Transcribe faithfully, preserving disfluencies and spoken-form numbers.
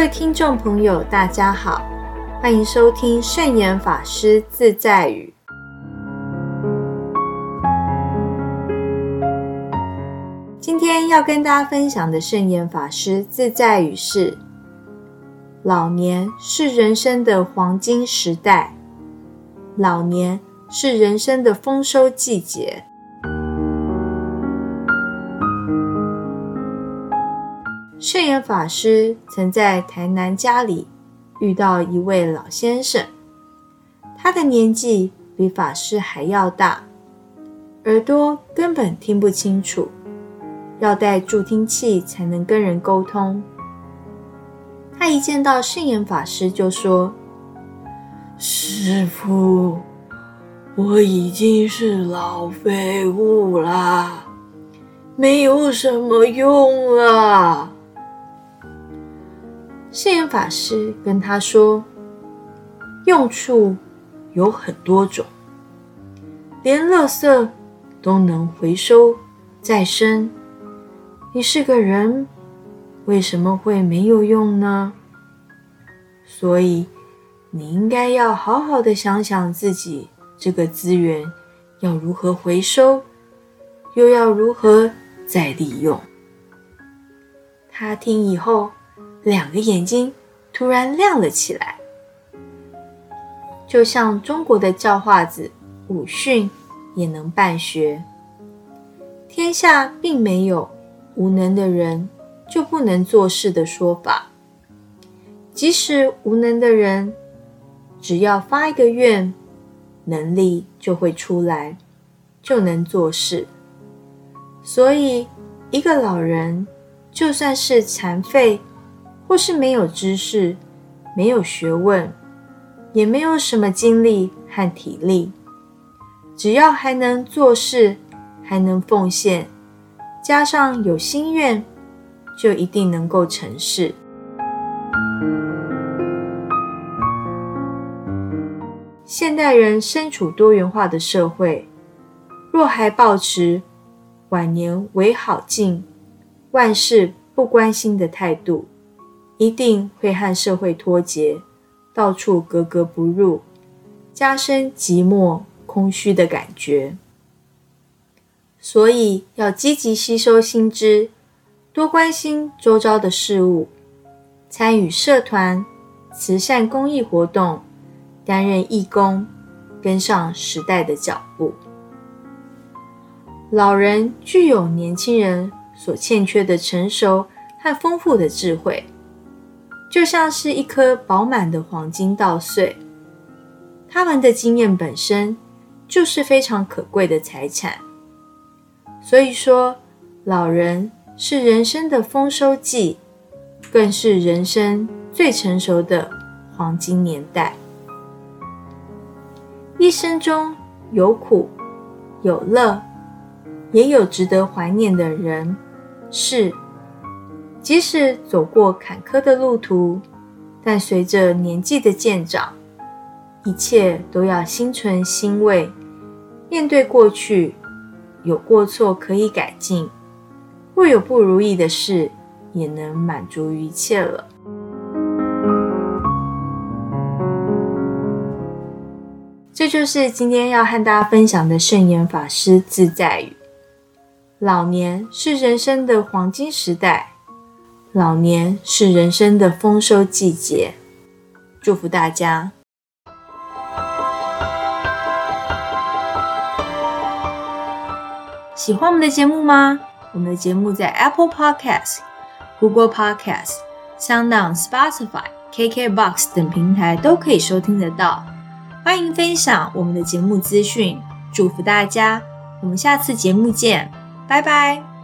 位听众朋友大家好，欢迎收听圣严法师自在语。今天要跟大家分享的圣严法师自在语是：老年是人生的黄金时代，老年是人生的丰收季节。圣严法师曾在台南家里遇到一位老先生，他的年纪比法师还要大，耳朵根本听不清楚，要戴助听器才能跟人沟通。他一见到圣严法师就说：师父，我已经是老废物啦，没有什么用了。圣严法师跟他说，用处有很多种，连垃圾都能回收再生，你是个人，为什么会没有用呢？所以你应该要好好的想想自己这个资源要如何回收，又要如何再利用。他听以后，两个眼睛突然亮了起来，就像中国的叫化子武训也能办学。天下并没有无能的人就不能做事的说法，即使无能的人，只要发一个愿，能力就会出来，就能做事。所以一个老人就算是残废，或是没有知识，没有学问，也没有什么精力和体力，只要还能做事，还能奉献，加上有心愿，就一定能够成事。现代人身处多元化的社会，若还抱持晚年为好尽，万事不关心的态度，一定会和社会脱节，到处格格不入，加深寂寞空虚的感觉。所以要积极吸收新知，多关心周遭的事物，参与社团、慈善公益活动，担任义工，跟上时代的脚步。老人具有年轻人所欠缺的成熟和丰富的智慧，就像是一颗饱满的黄金稻穗，他们的经验本身就是非常可贵的财产。所以说，老人是人生的丰收季，更是人生最成熟的黄金年代。一生中有苦有乐，也有值得怀念的人事。即使走过坎坷的路途，但随着年纪的渐长，一切都要心存欣慰，面对过去，有过错可以改进，若有不如意的事，也能满足于一切了。这就是今天要和大家分享的圣严法师自在语。老年是人生的黄金时代，老年是人生的丰收季节。祝福大家。喜欢我们的节目吗？我们的节目在 Apple Podcast、Google Podcast、SoundOn、Spotify、K K B O X 等平台都可以收听得到。欢迎分享我们的节目资讯，祝福大家。我们下次节目见，拜拜。